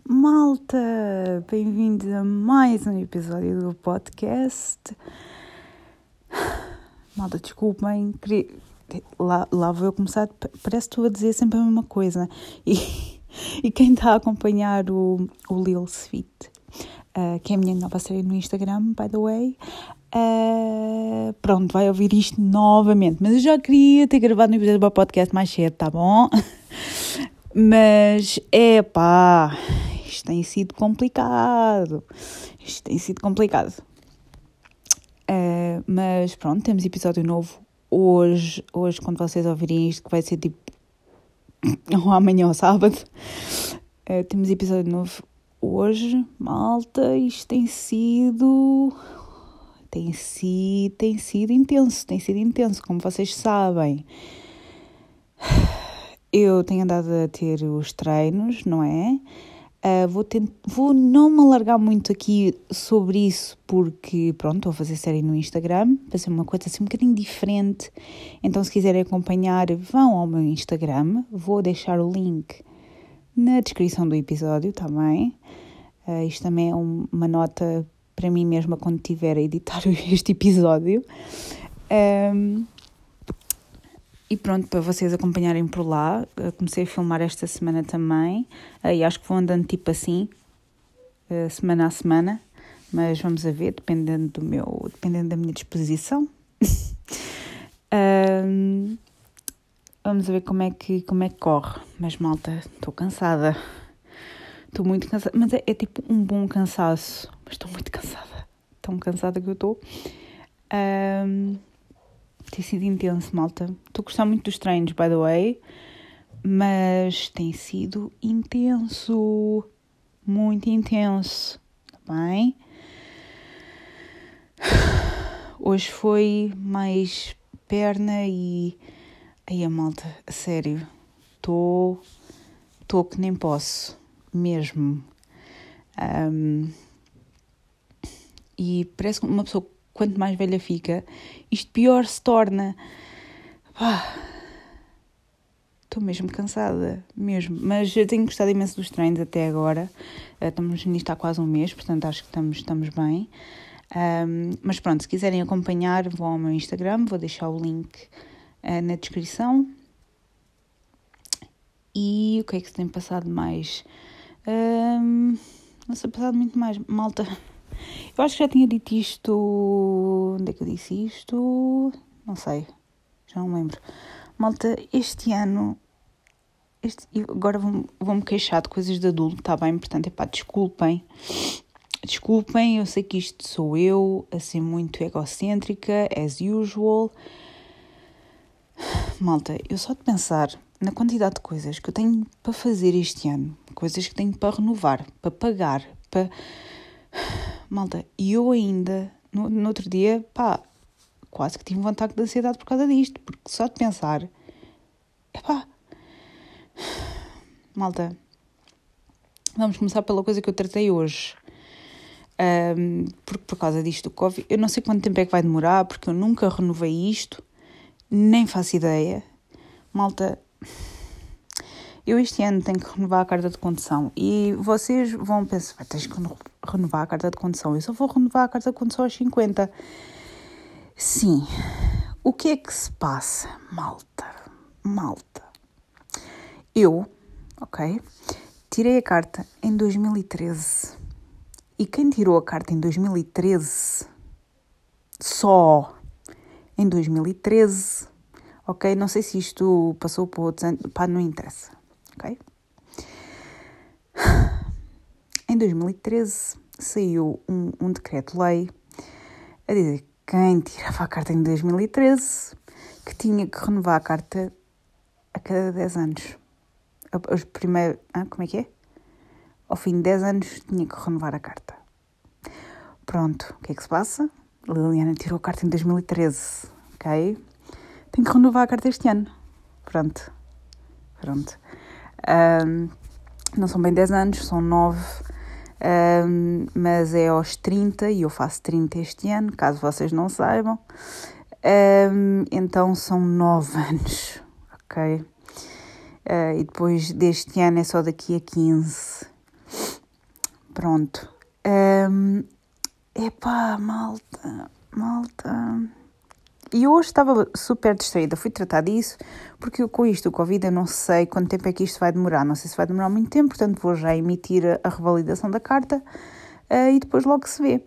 Malta, bem-vindos a mais um episódio do podcast. Malta, desculpem, lá vou eu começar, parece que estou a dizer sempre a mesma coisa. E quem está a acompanhar o Lil Sweet, que é a minha nova série no Instagram, by the way, pronto, vai ouvir isto novamente. Mas eu já queria ter gravado um episódio do podcast mais cedo, tá bom? Mas, isto tem sido complicado. Mas pronto, temos episódio novo hoje, quando vocês ouvirem isto, que vai ser tipo ou amanhã ou sábado. Temos episódio novo hoje, malta. Isto tem sido intenso, como vocês sabem. Eu tenho andado a ter os treinos, não é? Vou não me alargar muito aqui sobre isso, porque, pronto, estou a fazer série no Instagram, para ser uma coisa assim um bocadinho diferente. Então, se quiserem acompanhar, vão ao meu Instagram. Vou deixar o link na descrição do episódio, tá bem? Isto também é uma nota para mim mesma quando estiver a editar este episódio. E pronto, para vocês acompanharem por lá. Comecei a filmar esta semana também. E acho que vou andando tipo assim, semana a semana. Mas vamos a ver, dependendo da minha disposição. Vamos a ver como é que corre. Mas malta, estou cansada. Estou muito cansada. Mas é tipo um bom cansaço. Mas estou muito cansada. Tão cansada que eu estou. Tem sido intenso, malta. Estou a gostar muito dos treinos, by the way. Mas tem sido intenso. Muito intenso. Tá bem? Hoje foi mais perna e... Aí a malta, a sério. Estou que nem posso. Mesmo. E parece que uma pessoa... Quanto mais velha fica, isto pior se torna. Estou mesmo cansada, mesmo. Mas eu tenho gostado imenso dos treinos até agora. Estamos nisto há quase um mês, portanto acho que estamos bem. Mas pronto, se quiserem acompanhar, vão ao meu Instagram. Vou deixar o link na descrição. E o que é que se tem passado mais? Não se tem passado muito mais. Malta... Eu acho que já tinha dito isto... Onde é que eu disse isto? Não sei. Já não me lembro. Malta, este ano... Agora vou-me queixar de coisas de adulto, está bem? Portanto, desculpem. Desculpem, eu sei que isto sou eu, a ser muito egocêntrica, as usual. Malta, eu só de pensar na quantidade de coisas que eu tenho para fazer este ano, coisas que tenho para renovar, para pagar, para... Malta, e eu ainda, no outro dia, quase que tive um ataque de ansiedade por causa disto, porque só de pensar, malta, vamos começar pela coisa que eu tratei hoje, porque por causa disto do Covid, eu não sei quanto tempo é que vai demorar, porque eu nunca renovei isto, nem faço ideia, malta... Eu este ano tenho que renovar a carta de condução e vocês vão pensar, tens que renovar a carta de condução. Eu só vou renovar a carta de condução aos 50. Sim. O que é que se passa, malta? Eu, tirei a carta em 2013. E quem tirou a carta em 2013, só em 2013, não sei se isto passou para outros anos, não interessa. Em 2013 saiu um decreto-lei a dizer que quem tirava a carta em 2013 que tinha que renovar a carta a cada 10 anos. Como é que é? Ao fim de 10 anos tinha que renovar a carta. Pronto, o que é que se passa? Liliana tirou a carta em 2013, Tenho que renovar a carta este ano. Pronto. Não são bem 10 anos, são 9, mas é aos 30 e eu faço 30 este ano, caso vocês não saibam. Então são 9 anos, E depois deste ano é só daqui a 15. Pronto. Epá, malta. E hoje estava super distraída, fui tratar disso, porque com isto, o Covid, eu não sei quanto tempo é que isto vai demorar, não sei se vai demorar muito tempo, portanto vou já emitir a revalidação da carta e depois logo se vê.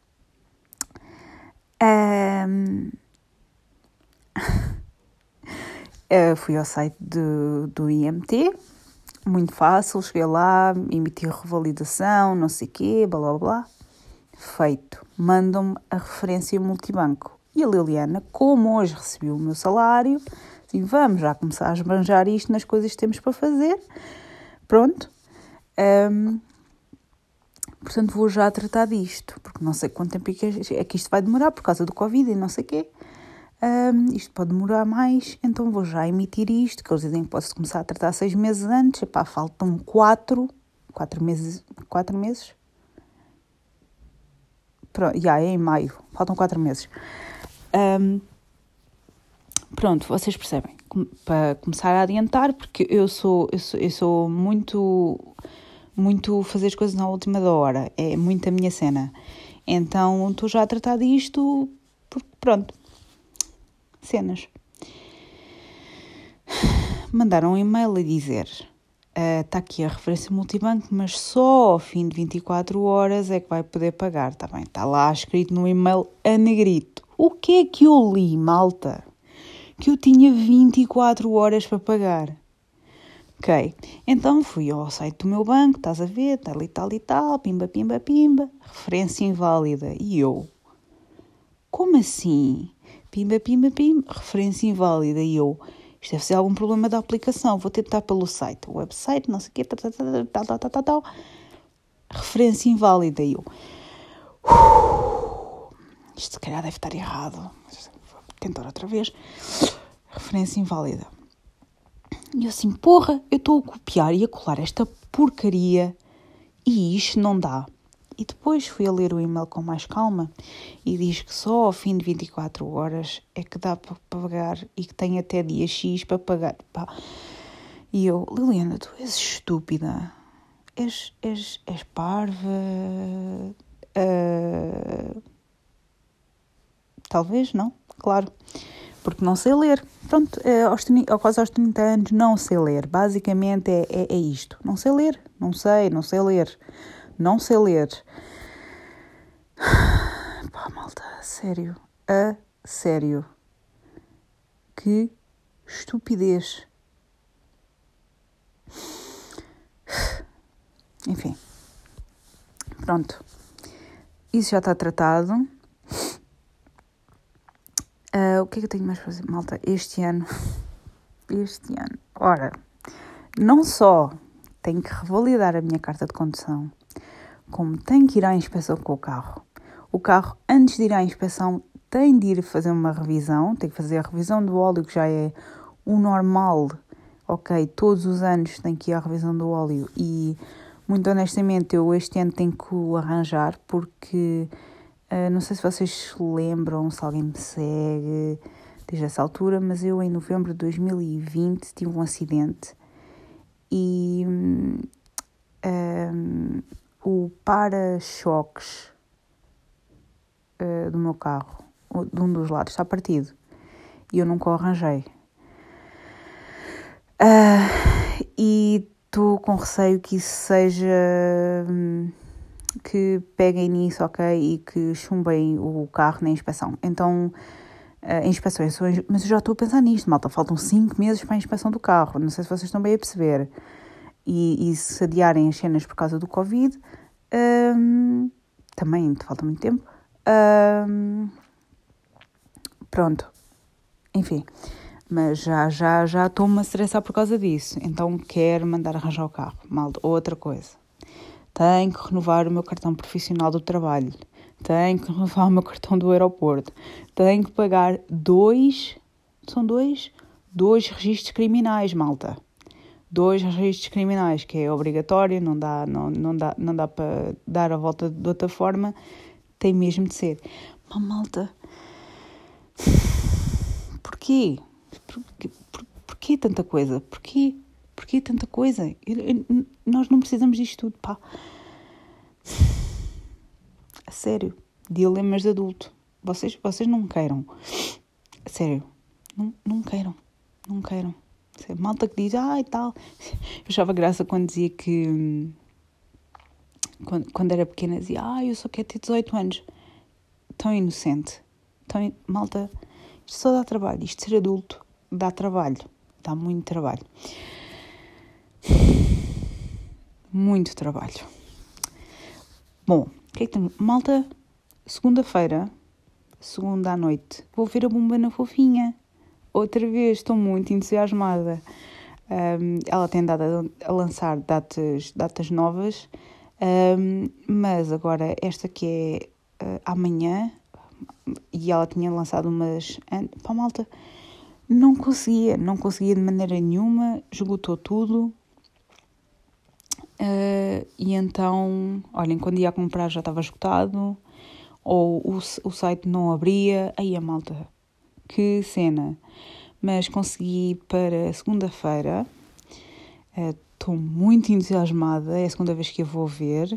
Fui ao site do IMT, muito fácil, cheguei lá, emiti a revalidação, não sei o quê, blá blá blá, feito, mandam-me a referência multibanco. E a Liliana, como hoje recebi o meu salário, assim, vamos já começar a esbanjar isto nas coisas que temos para fazer. Pronto. Portanto, vou já tratar disto, porque não sei quanto tempo é que isto vai demorar por causa do Covid e não sei o quê. Isto pode demorar mais, então vou já emitir isto, que eles dizem que posso começar a tratar 6 meses antes. Epá, faltam 4 meses. Pronto, já é em maio, faltam 4 meses. Pronto, vocês percebem, para começar a adiantar, porque eu sou muito fazer as coisas na última da hora, é muito a minha cena. Então estou já a tratar disto, porque pronto, cenas. Mandaram um e-mail a dizer, está aqui a referência multibanco, mas só ao fim de 24 horas é que vai poder pagar, está bem? Está lá escrito no e-mail a negrito. O que é que eu li, malta? Que eu tinha 24 horas para pagar. Ok, então fui ao site do meu banco, estás a ver, tal e tal, pimba, referência inválida. E eu, como assim? Pimba, referência inválida. E eu, isto deve ser algum problema da aplicação, vou tentar pelo site, o website, não sei o quê, tal. Referência inválida. E eu, isto se calhar deve estar errado. Vou tentar outra vez. Referência inválida. E eu assim, porra, eu estou a copiar e a colar esta porcaria e isto não dá. E depois fui a ler o e-mail com mais calma e diz que só ao fim de 24 horas é que dá para pagar e que tem até dia X para pagar. Pá. E eu, Liliana, tu és estúpida, és parva, talvez, não, claro. Porque não sei ler. Pronto, quase aos 30 anos não sei ler. Basicamente é isto. Não sei ler. Não sei ler. Pá, malta, a sério. Que estupidez. Enfim. Pronto. Isso já está tratado. O que é que eu tenho mais para fazer, malta? Este ano, ora, não só tenho que revalidar a minha carta de condução, como tenho que ir à inspeção com o carro. O carro, antes de ir à inspeção, tem de ir fazer uma revisão, tem que fazer a revisão do óleo, que já é o normal, ok? Todos os anos tem que ir à revisão do óleo e, muito honestamente, eu este ano tenho que o arranjar, porque... não sei se vocês se lembram, se alguém me segue desde essa altura, mas eu em novembro de 2020 tive um acidente e o para-choques do meu carro, de um dos lados, está partido e eu nunca o arranjei. E estou com receio que isso seja... que peguem nisso, ok, e que chumbem o carro na inspeção. Então, inspeções, mas eu já estou a pensar nisto, malta, faltam 5 meses para a inspeção do carro, não sei se vocês estão bem a perceber. E se adiarem as cenas por causa do Covid, também falta muito tempo. Pronto, enfim, mas já estou-me a estressar por causa disso, então quero mandar arranjar o carro, malta. Outra coisa. Tenho que renovar o meu cartão profissional do trabalho. Tenho que renovar o meu cartão do aeroporto. Tenho que pagar 2 registros criminais, malta. 2 registros criminais, que é obrigatório, não dá para dar a volta de outra forma. Tem mesmo de ser. Mas, malta, porquê? Porquê tanta coisa? Porquê tanta coisa? Nós não precisamos disto tudo, pá. A sério. Dilemas de adulto. Vocês não queiram. A sério. Não queiram. Não queiram. Malta que diz, e tal. Eu achava graça quando dizia que... Quando era pequena dizia, eu só quero ter 18 anos. Tão inocente. Malta, isto só dá trabalho. Isto ser adulto dá trabalho. Dá muito trabalho. Muito trabalho. Bom, o que é que temos? Malta, segunda-feira, segunda à noite, vou ver a Bomba na Fofinha. Outra vez, estou muito entusiasmada. Ela tem dado a lançar datas novas, mas agora esta que é amanhã, e ela tinha lançado umas... Pá, malta, não conseguia de maneira nenhuma, esgotou tudo. E então, olhem, quando ia a comprar já estava esgotado, ou o site não abria. Aí a malta, que cena. Mas consegui para segunda-feira. Estou muito entusiasmada, é a segunda vez que eu vou ver.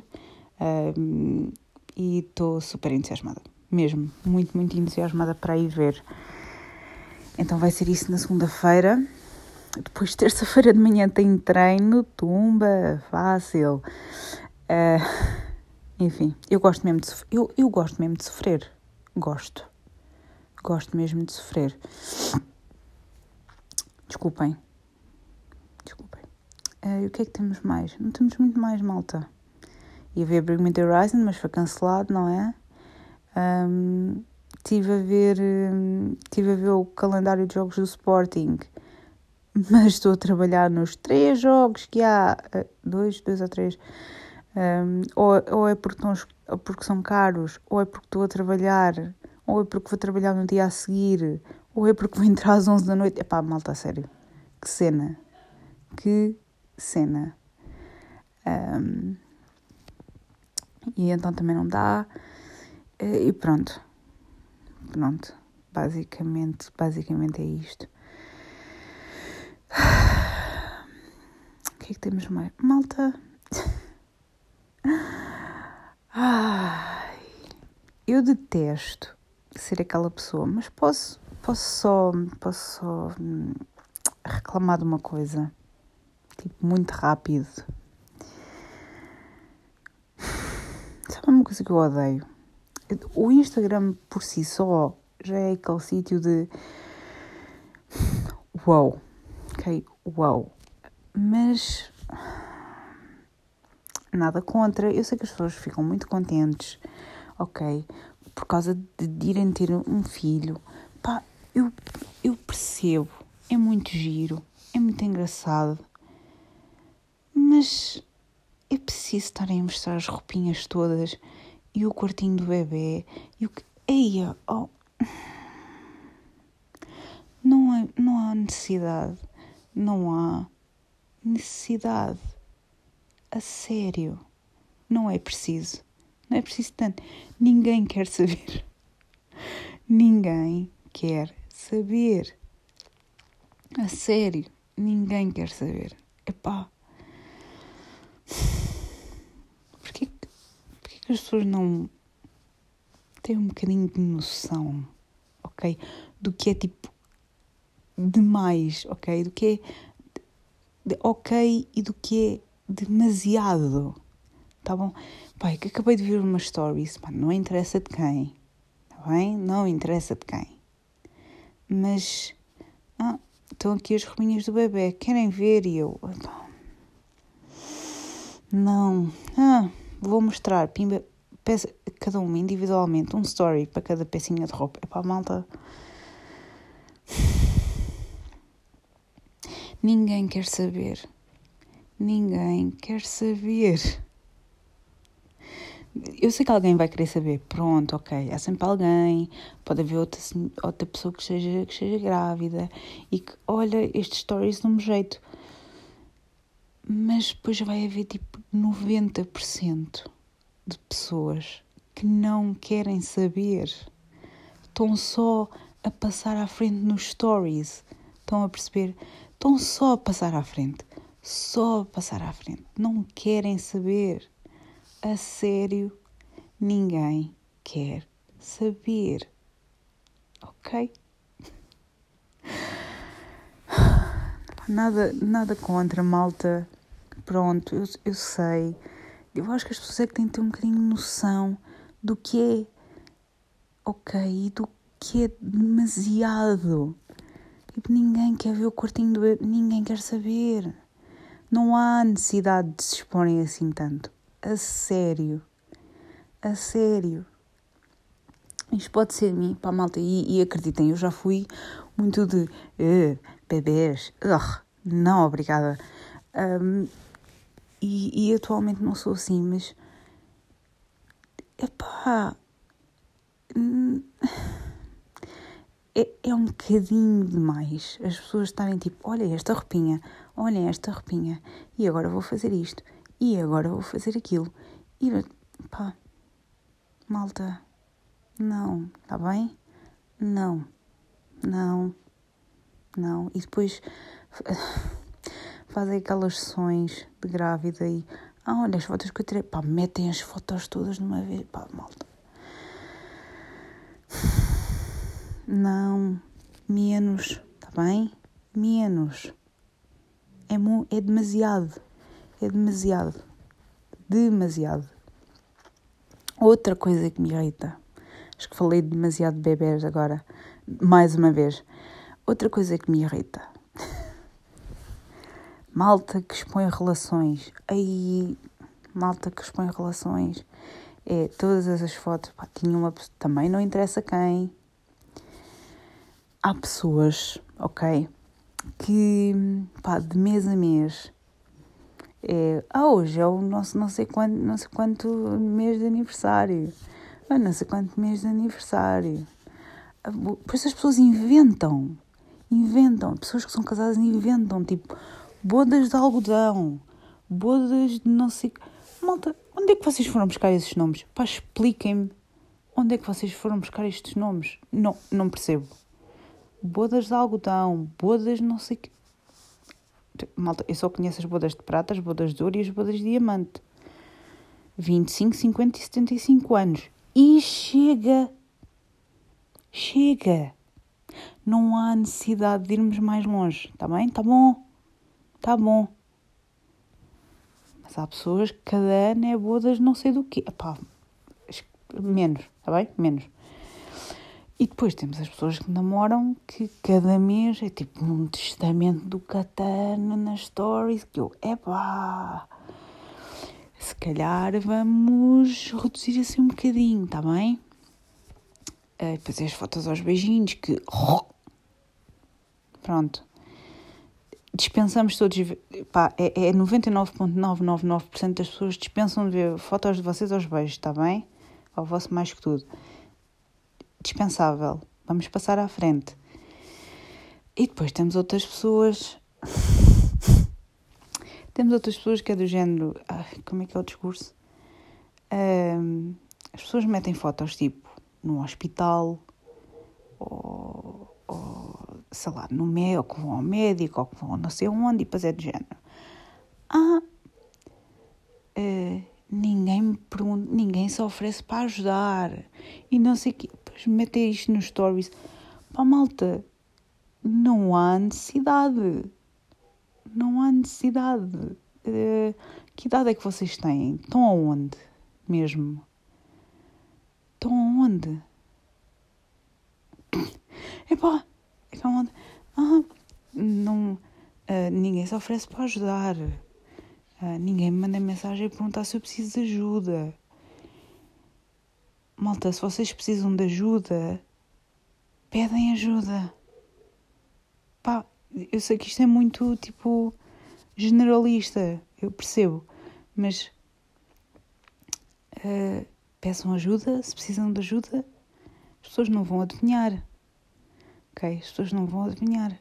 E estou super entusiasmada, mesmo, muito, muito entusiasmada para ir ver. Então vai ser isso na segunda-feira. Depois, terça-feira de manhã, tenho treino, tumba, fácil. Enfim, eu gosto mesmo de sofrer. Eu gosto mesmo de sofrer. Gosto mesmo de sofrer. Desculpem. E o que é que temos mais? Não temos muito mais, malta. Ia ver Bring Me The Horizon, mas foi cancelado, não é? Estive a ver o calendário de jogos do Sporting, mas estou a trabalhar nos 3 jogos que há. 2 ou 3. Ou é porque são caros, ou é porque estou a trabalhar, ou é porque vou trabalhar no dia a seguir, ou é porque vou entrar às 11 da noite. Epá, malta, a sério. Que cena. E então também não dá. E pronto. Basicamente é isto. O que é que temos mais? Malta. Eu detesto ser aquela pessoa, mas posso só reclamar de uma coisa. Tipo, muito rápido. Sabe uma coisa que eu odeio? O Instagram por si só já é aquele sítio de uau, ok? Uau. Mas nada contra. Eu sei que as pessoas ficam muito contentes, ok? Por causa de irem ter um filho. Pá, eu percebo. É muito giro. É muito engraçado. Mas é preciso estarem a mostrar as roupinhas todas e o quartinho do bebê e o que... Eia, não há necessidade. Não há necessidade. A sério. Não é preciso. Não é preciso tanto. Ninguém quer saber. Ninguém quer saber. A sério. Ninguém quer saber. Epá. Porquê que as pessoas não têm um bocadinho de noção, ok? Do que é tipo demais, ok? Do que é ok e do que é demasiado. Tá bom? Pai, que acabei de ver umas stories. Pá, não interessa de quem. Tá bem? Não interessa de quem. Mas... estão aqui as roupinhas do bebê. Querem ver? E eu... Não. Vou mostrar. Pimba... Peça, cada uma individualmente. Um story para cada pecinha de roupa. Epá, malta... Ninguém quer saber. Ninguém quer saber. Eu sei que alguém vai querer saber. Pronto, ok. Há sempre alguém. Pode haver outra pessoa que esteja grávida e que olha estes stories de um jeito. Mas depois vai haver tipo 90% de pessoas que não querem saber. Estão só a passar à frente nos stories. Estão a perceber? Estão só a passar à frente. Só a passar à frente. Não querem saber. A sério, ninguém quer saber. Ok? Nada contra, malta. Pronto, eu sei. Eu acho que as pessoas é que têm que ter um bocadinho de noção do que é ok e do que é demasiado. Tipo, ninguém quer ver o quartinho do bebê, ninguém quer saber. Não há necessidade de se exporem assim tanto. A sério. Isto pode ser mim, pá, malta, e acreditem, eu já fui muito de bebês, não, obrigada. E atualmente não sou assim, mas epá, é um bocadinho demais as pessoas estarem tipo, olhem esta roupinha, e agora vou fazer isto, e agora vou fazer aquilo, e pá, malta, não, está bem? Não, e depois fazem aquelas sessões de grávida e olha as fotos que eu tirei, pá, metem as fotos todas de uma vez, pá, malta. Não, menos, está bem? Menos. É demasiado. Demasiado. Outra coisa que me irrita, acho que falei de demasiado de bebés agora, mais uma vez. Outra coisa que me irrita, malta que expõe relações. Malta que expõe relações. Todas as fotos, pá, tinha uma pessoa, também não interessa quem. Há pessoas, ok, que, pá, de mês a mês, hoje é o nosso não sei quanto mês de aniversário. Não sei quanto mês de aniversário. Por isso as pessoas inventam. Pessoas que são casadas inventam, tipo, bodas de algodão, bodas de não sei... Malta, onde é que vocês foram buscar esses nomes? Pá, expliquem-me. Onde é que vocês foram buscar estes nomes? Não percebo. Bodas de algodão, bodas de não sei... Malta, eu só conheço as bodas de prata, as bodas de ouro e as bodas de diamante. 25, 50 e 75 anos. E chega. Não há necessidade de irmos mais longe, está bem? Está bom. Mas há pessoas que cada ano é bodas não sei do quê. Epá, menos, está bem? Menos. E depois temos as pessoas que namoram que cada mês é tipo um testamento do Catano nas stories que se calhar vamos reduzir assim um bocadinho, está bem? Depois as fotos aos beijinhos que... Pronto. Dispensamos todos... Pá, é 99,999% das pessoas dispensam de ver fotos de vocês aos beijos, está bem? Ao vosso mais que tudo. Dispensável. Vamos passar à frente. E depois temos outras pessoas... que é do género... como é que é o discurso? As pessoas metem fotos tipo no hospital ou sei lá, ou que vão ao médico ou que vão não sei onde e depois é do género. Ninguém me pergunta, ninguém se oferece para ajudar e não sei o quê. Depois metem isto nos stories. Pá, malta, não há necessidade. Que idade é que vocês têm? Estão aonde mesmo? Estão aonde? Ninguém se oferece para ajudar. Ninguém me manda mensagem a perguntar se eu preciso de ajuda. Malta, se vocês precisam de ajuda, pedem ajuda. Pá, eu sei que isto é muito, tipo, generalista, eu percebo, mas peçam ajuda, se precisam de ajuda, as pessoas não vão adivinhar. Ok? As pessoas não vão adivinhar.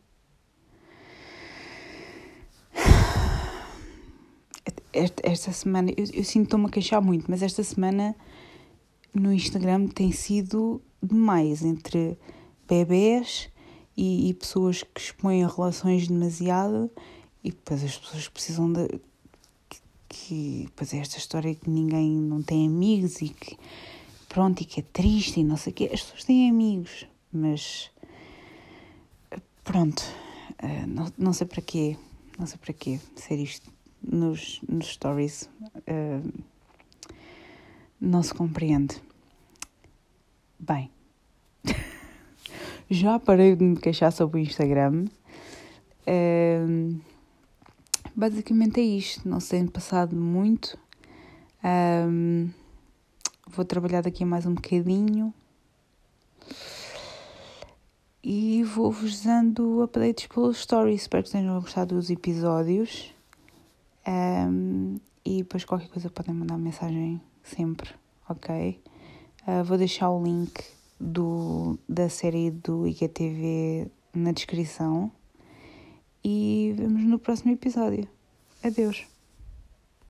Esta semana, eu sinto que estou-me a queixar muito, mas esta semana no Instagram tem sido demais entre bebés e pessoas que expõem relações demasiado e depois as pessoas que precisam de... que pois é esta história que ninguém não tem amigos e que pronto, e que é triste e não sei o quê. As pessoas têm amigos, mas pronto, não sei para quê, ser isto nos stories, não se compreende. Bem, já parei de me queixar sobre o Instagram. Basicamente é isto, não se tem passado muito. Vou trabalhar daqui a mais um bocadinho e vou-vos dando updates pelos stories. Espero que tenham gostado dos episódios. E depois qualquer coisa podem mandar mensagem sempre, ok? Vou deixar o link da série do IGTV na descrição e vemos no próximo episódio. Adeus!